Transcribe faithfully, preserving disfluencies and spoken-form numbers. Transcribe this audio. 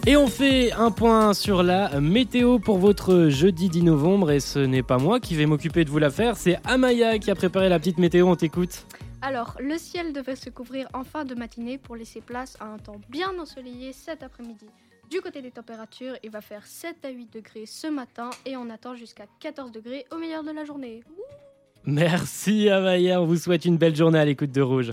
Et on fait un point sur la météo pour votre jeudi dix novembre. Et ce n'est pas moi qui vais m'occuper de vous la faire, c'est Amaya qui a préparé la petite météo, on t'écoute. Alors, le ciel devrait se couvrir en fin de matinée pour laisser place à un temps bien ensoleillé cet après-midi. Du côté des températures, il va faire sept à huit degrés ce matin et on attend jusqu'à quatorze degrés au meilleur de la journée. Merci Amaya, on vous souhaite une belle journée à l'écoute de Rouge.